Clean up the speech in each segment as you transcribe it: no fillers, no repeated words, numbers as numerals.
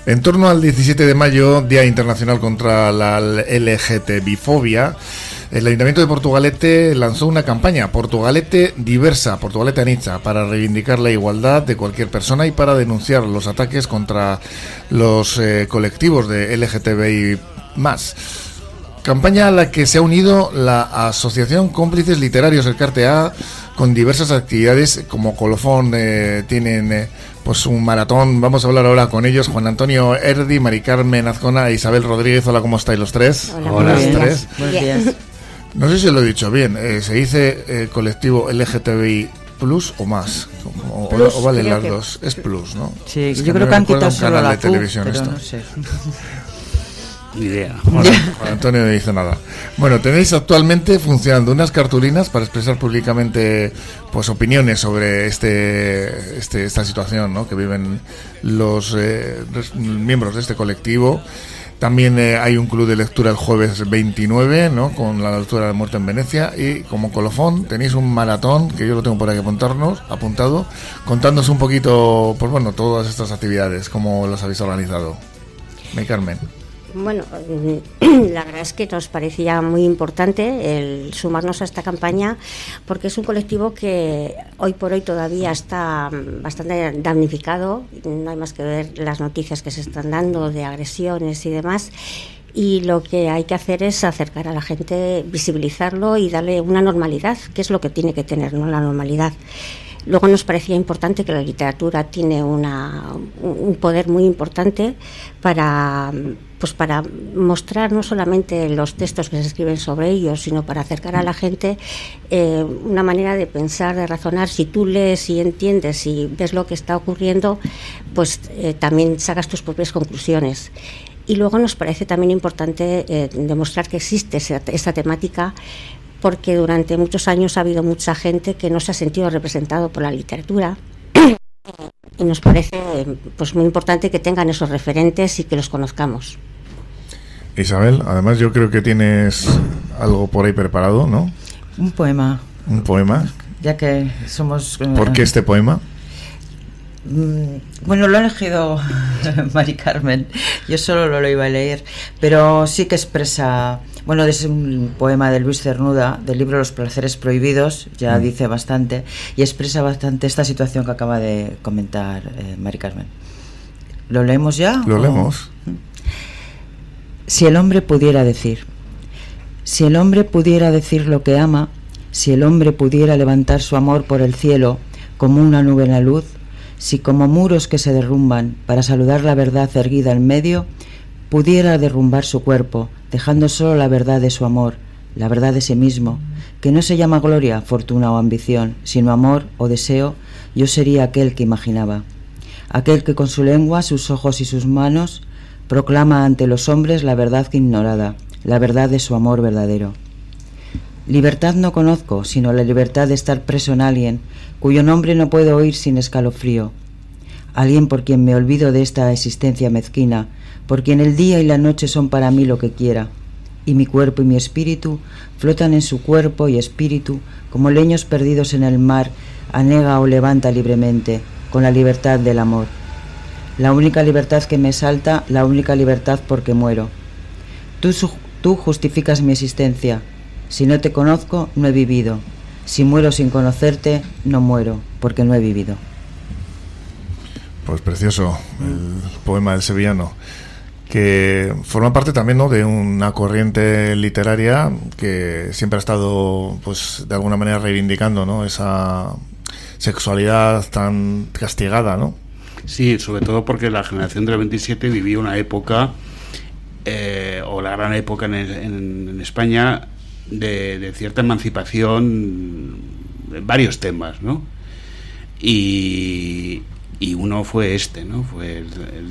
En torno al 17 de mayo, Día Internacional contra la LGTBI-fobia, el Ayuntamiento de Portugalete lanzó una campaña, Portugalete Diversa, Portugalete Anitza, para reivindicar la igualdad de cualquier persona y para denunciar los ataques contra los colectivos de LGTBI+. Campaña a la que se ha unido la Asociación Cómplices Literarios, el Cartea, con diversas actividades como colofón, tienen pues un maratón. Vamos a hablar ahora con ellos, Juan Antonio Erdi, Mari Carmen Azcona e Isabel Rodríguez. Hola, ¿cómo estáis los tres? Hola, los tres. Buenos días. No sé si lo he dicho bien, se dice colectivo LGTBI plus o más, o valen las dos, es plus, ¿no? Sí, es yo creo que han quitado solo la de televisión pero esto. no sé. Ni idea. Bueno, Juan Antonio no dice nada. Bueno, tenéis actualmente funcionando unas cartulinas para expresar públicamente pues opiniones sobre esta situación, ¿no?, que viven los miembros de este colectivo. También hay un club de lectura el jueves 29, ¿no?, con la lectura de Muerte en Venecia, y como colofón tenéis un maratón que yo lo tengo por aquí apuntado, contándonos un poquito, pues bueno, todas estas actividades, cómo las habéis organizado. Mari Carmen. Bueno, la verdad es que nos parecía muy importante el sumarnos a esta campaña, porque es un colectivo que hoy por hoy todavía está bastante damnificado. No hay más que ver las noticias que se están dando de agresiones y demás, y lo que hay que hacer es acercar a la gente, visibilizarlo y darle una normalidad, que es lo que tiene que tener, ¿no?, la normalidad. Luego nos parecía importante que la literatura tiene un poder muy importante para mostrar no solamente los textos que se escriben sobre ellos, sino para acercar a la gente una manera de pensar, de razonar. Si tú lees y entiendes y ves lo que está ocurriendo, pues también sacas tus propias conclusiones. Y luego nos parece también importante demostrar que existe esta temática, porque durante muchos años ha habido mucha gente que no se ha sentido representado por la literatura, y nos parece pues muy importante que tengan esos referentes y que los conozcamos. Isabel, además yo creo que tienes algo por ahí preparado, ¿no? Un poema. ¿Un poema? Ya que somos... ¿Por qué este poema? Bueno, lo ha elegido Mari Carmen. Yo solo lo iba a leer, pero sí que expresa... Bueno, es un poema de Luis Cernuda, del libro Los placeres prohibidos, ya dice bastante, y expresa bastante esta situación que acaba de comentar Mari Carmen. ¿Lo leemos ya? Lo leemos. Si el hombre pudiera decir, si el hombre pudiera decir lo que ama, si el hombre pudiera levantar su amor por el cielo como una nube en la luz, si como muros que se derrumban para saludar la verdad erguida en medio, pudiera derrumbar su cuerpo, dejando solo la verdad de su amor, la verdad de sí mismo, que no se llama gloria, fortuna o ambición, sino amor o deseo, yo sería aquel que imaginaba, aquel que con su lengua, sus ojos y sus manos proclama ante los hombres la verdad ignorada, la verdad de su amor verdadero. Libertad no conozco, sino la libertad de estar preso en alguien, cuyo nombre no puedo oír sin escalofrío, alguien por quien me olvido de esta existencia mezquina, por quien el día y la noche son para mí lo que quiera, y mi cuerpo y mi espíritu flotan en su cuerpo y espíritu como leños perdidos en el mar, anega o levanta libremente, con la libertad del amor. La única libertad que me salta, la única libertad porque muero. Tú justificas mi existencia. Si no te conozco, no he vivido. Si muero sin conocerte, no muero, porque no he vivido. Pues precioso, el poema del sevillano, que forma parte también, ¿no?, de una corriente literaria que siempre ha estado, pues, de alguna manera reivindicando, ¿no?, esa sexualidad tan castigada, ¿no? Sí, sobre todo porque la generación del 27 vivió una época, o la gran época en España, de cierta emancipación en varios temas, ¿no? Y uno fue ¿no? Fue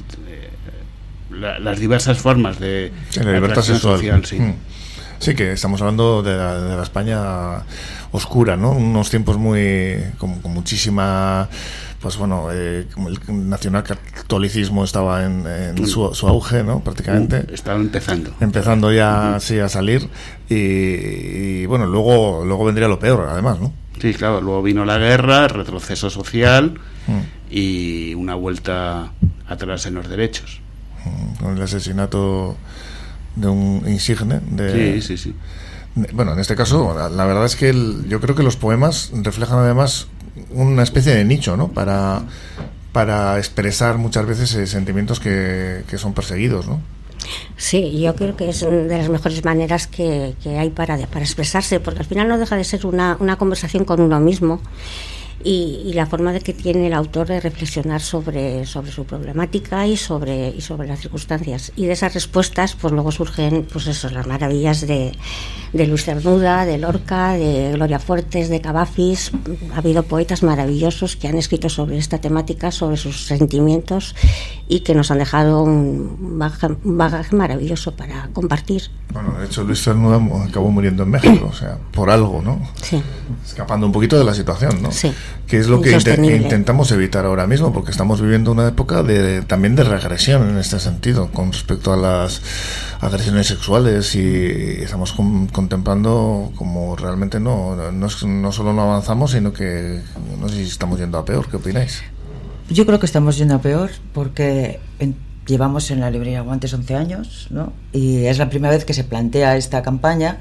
las diversas formas de la libertad sexual. Social, sí. Sí, que estamos hablando de la España oscura, ¿no? Unos tiempos con muchísima, pues bueno, como el nacionalcatolicismo estaba en su auge, ¿no? Prácticamente. Estaba empezando ya así a salir, y bueno, luego vendría lo peor, además, ¿no? Sí, claro, luego vino la guerra, el retroceso social y una vuelta atrás en los derechos. con el asesinato de un insigne. Sí. Bueno, en este caso, la verdad es que yo creo que los poemas reflejan además una especie de nicho, ¿no? Para expresar muchas veces sentimientos que son perseguidos, ¿no? Sí, yo creo que es de las mejores maneras que hay para expresarse, porque al final no deja de ser una conversación con uno mismo. Y la forma de que tiene el autor de reflexionar sobre su problemática y sobre las circunstancias. Y de esas respuestas, pues luego surgen, pues eso, las maravillas de Luis Cernuda, de Lorca, de Gloria Fuertes, de Cavafis. Ha habido poetas maravillosos que han escrito sobre esta temática, sobre sus sentimientos, y que nos han dejado un bagaje maravilloso para compartir. Bueno, de hecho Luis Cernuda acabó muriendo en México, o sea, por algo, ¿no? Sí. Escapando un poquito de la situación, ¿no? Sí. Que es lo que intentamos evitar ahora mismo, porque estamos viviendo una época también de regresión en este sentido, con respecto a las agresiones sexuales, y estamos contemplando como realmente no solo no avanzamos, sino que no sé si estamos yendo a peor. ¿Qué opináis? Yo creo que estamos yendo a peor, porque llevamos en la librería Guantes 11 años, ¿no? Y es la primera vez que se plantea esta campaña.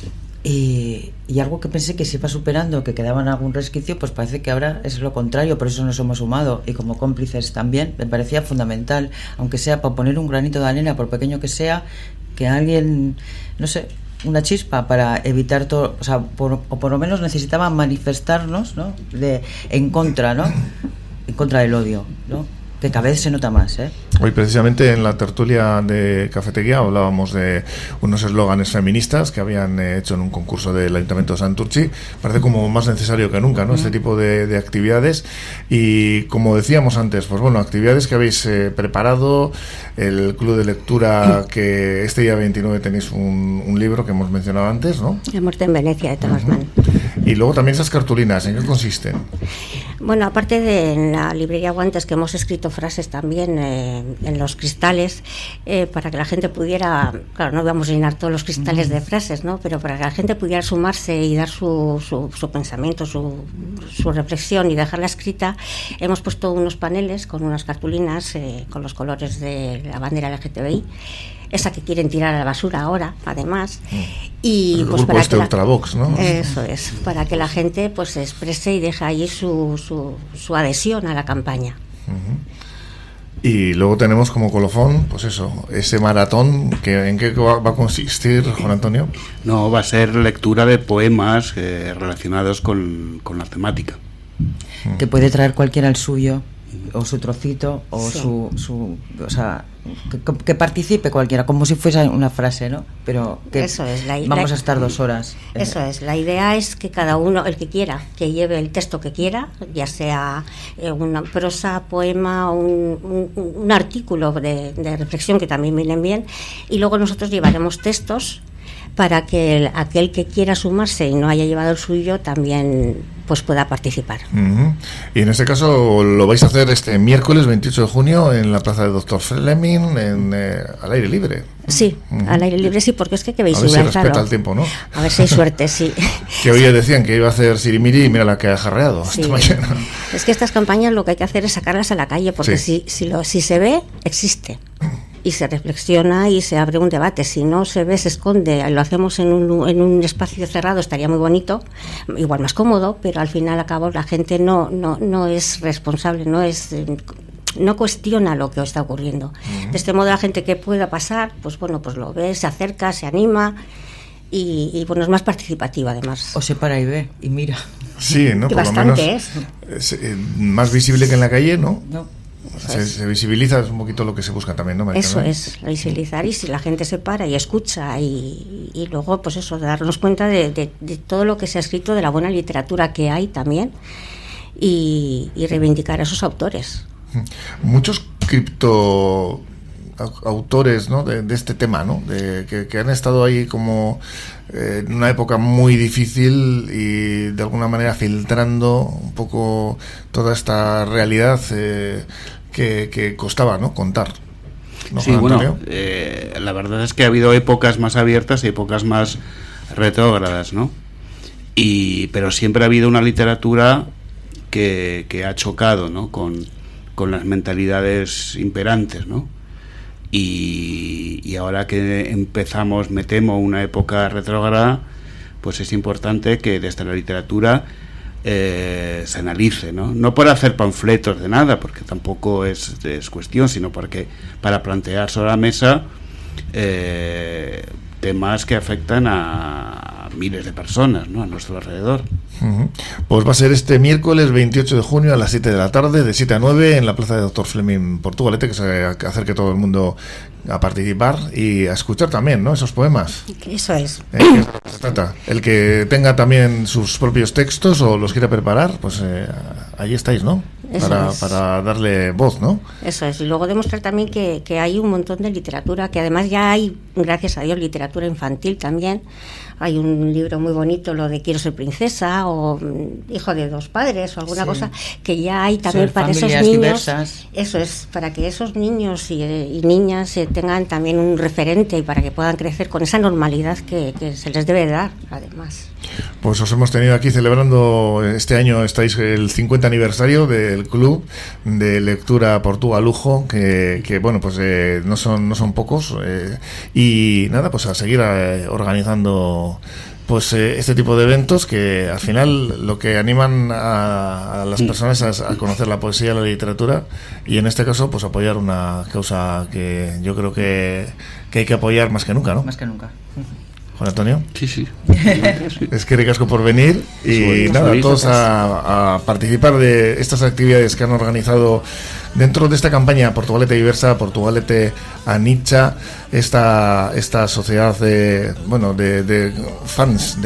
Y algo que pensé que se iba superando, que quedaba en algún resquicio, pues parece que ahora es lo contrario. Por eso nos hemos sumado, y como cómplices también me parecía fundamental, aunque sea para poner un granito de arena, por pequeño que sea, que alguien, no sé, una chispa para evitar todo, o sea, o por lo menos necesitaban manifestarnos, ¿no? En contra, ¿no? En contra del odio, ¿no? Que cada vez se nota más, ¿eh? Hoy precisamente en la tertulia de Cafetería hablábamos de unos eslóganes feministas que habían hecho en un concurso del Ayuntamiento de Santurtzi. Parece como más necesario que nunca, ¿no? Este tipo de actividades, y como decíamos antes, pues bueno, actividades que habéis preparado, el club de lectura, que este día 29 tenéis un libro que hemos mencionado antes, ¿no? La muerte en Venecia, de Thomas Mann. Y luego también esas cartulinas, ¿en qué consisten? Bueno, aparte de en la librería Guantes, que hemos escrito frases también en los cristales, para que la gente pudiera, claro, no vamos a llenar todos los cristales de frases, ¿no? Pero para que la gente pudiera sumarse y dar su pensamiento, su reflexión, y dejarla escrita, hemos puesto unos paneles con unas cartulinas con los colores de la bandera LGTBI, esa que quieren tirar a la basura ahora, además. Y el pues grupo para Ultravox, ¿no? Eso es, para que la gente pues se exprese y deje ahí su adhesión a la campaña. Y luego tenemos como colofón, pues eso, ese maratón, ¿en qué va a consistir, Juan Antonio? No, va a ser lectura de poemas relacionados con la temática. Que puede traer cualquiera el suyo, o su trocito, o sí. o sea, que participe cualquiera, como si fuese una frase, ¿no? Pero que eso es, vamos a estar 2 horas. Eso es, la idea es que cada uno, el que quiera, que lleve el texto que quiera, ya sea una prosa, poema, un artículo de reflexión, que también vienen bien, y luego nosotros llevaremos textos para que aquel que quiera sumarse y no haya llevado el suyo también pues pueda participar. Y en este caso lo vais a hacer este miércoles 28 de junio en la plaza de Dr. Fleming, al aire libre. Sí, al aire libre, sí, porque es que veis, a ver si respeta el tiempo, ¿no? A ver si hay suerte, sí. Que hoy decían que iba a hacer sirimiri y mira la que ha jarreado esta mañana. Es que estas campañas lo que hay que hacer es sacarlas a la calle, porque si se ve, existe. Y se reflexiona y se abre un debate. Si no se ve, se esconde. Lo hacemos en un espacio cerrado, estaría muy bonito, igual más cómodo, pero al final, a cabo, la gente no es responsable, no cuestiona lo que está ocurriendo. De este modo, la gente que pueda pasar, pues bueno, pues lo ve, se acerca, se anima. Y bueno, es más participativa, además. O se para y ve y mira. Sí, ¿no? Que por bastante lo menos es más visible que en la calle, ¿no? No. Se visibiliza, es un poquito lo que se busca también, ¿no? Eso es, visibilizar, y si la gente se para y escucha y luego, pues eso, darnos cuenta de todo lo que se ha escrito, de la buena literatura que hay también, y reivindicar a esos autores. Muchos criptoautores, ¿no? de este tema, ¿no? Que han estado ahí como en una época muy difícil y de alguna manera filtrando un poco toda esta realidad que costaba, ¿no? Contar, ¿no, sí, bueno, la verdad es que ha habido épocas más abiertas y épocas más retrógradas, ¿no? Pero siempre ha habido una literatura que ha chocado, ¿no? con las mentalidades imperantes, ¿no? y ahora que empezamos, me temo, una época retrógrada, pues es importante que desde la literatura se analice, no por hacer panfletos de nada, porque tampoco es cuestión, sino para plantear sobre la mesa temas que afectan a miles de personas, ¿no?, a nuestro alrededor. Pues va a ser este miércoles 28 de junio a las 7 de la tarde, de 7 a 9, en la plaza de Dr. Fleming Portugalete, que se acerque todo el mundo a participar y a escuchar también, ¿no?, esos poemas. Eso es. Que es de lo que se trata. El que tenga también sus propios textos o los quiera preparar, pues ahí estáis, ¿no? Para darle voz, ¿no? Eso es. Y luego demostrar también que hay un montón de literatura, que además ya hay, gracias a Dios, literatura infantil también. Hay un libro muy bonito, lo de Quiero ser princesa, o Hijo de dos padres, o alguna cosa, que ya hay también para esos niños. Diversas. Eso es, para que esos niños y niñas tengan también un referente y para que puedan crecer con esa normalidad que se les debe dar, además. Pues os hemos tenido aquí celebrando, este año estáis el 50 aniversario del Club de Lectura Portugal Lujo, que bueno, pues no son pocos, y nada, pues a seguir organizando pues este tipo de eventos que al final lo que animan a las personas a conocer la poesía, la literatura, y en este caso pues apoyar una causa que yo creo que hay que apoyar más que nunca, ¿no? Más que nunca. Juan Antonio. Sí. Es que ricasco por venir y nada, todos a participar de estas actividades que han organizado dentro de esta campaña Portugalete Diversa, Portugalete Anicha, esta sociedad de fans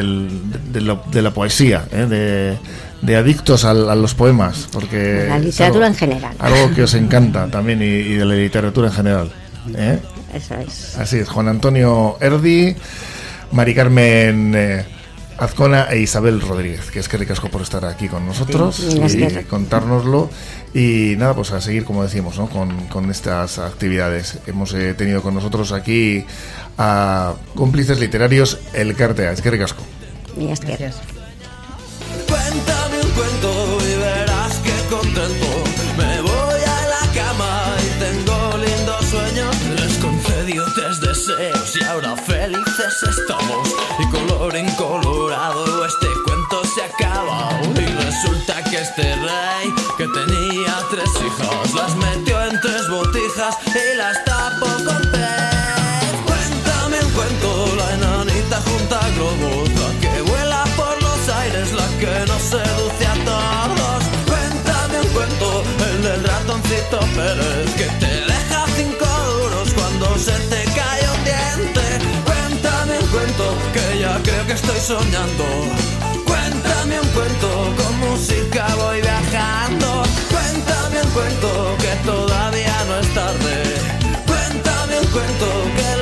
de la poesía, de adictos a los poemas, porque la literatura en general. Algo que os encanta también y de la literatura en general. Eso es. Así es, Juan Antonio Erdi, Mari Carmen Azcona e Isabel Rodríguez, que es que ricasco por estar aquí con nosotros y contárnoslo. Y nada, pues a seguir, como decimos, ¿no?, con estas actividades. Hemos tenido con nosotros aquí a cómplices literarios El Cartea. Es que ricasco. Gracias. Cuéntame un cuento y verás que contento me voy a la cama y tengo lindos sueños. Les concedí 3 deseos y ahora felices estamos. Y colorín colorado este cuento se acaba. Y resulta que este rey que tenía 3 hijas las metió en 3 botijas y las tapó con pez. Cuéntame un cuento, la enanita junta globos, la que vuela por los aires, la que nos seduce a todos. Cuéntame un cuento, el del ratoncito Pérez, que te deja 5 duros cuando se te cae un diente. Cuéntame un cuento, que ya creo que estoy soñando. Cuéntame un cuento, con música voy viajando. Cuéntame un cuento, que todavía no es tarde. Cuéntame un cuento, que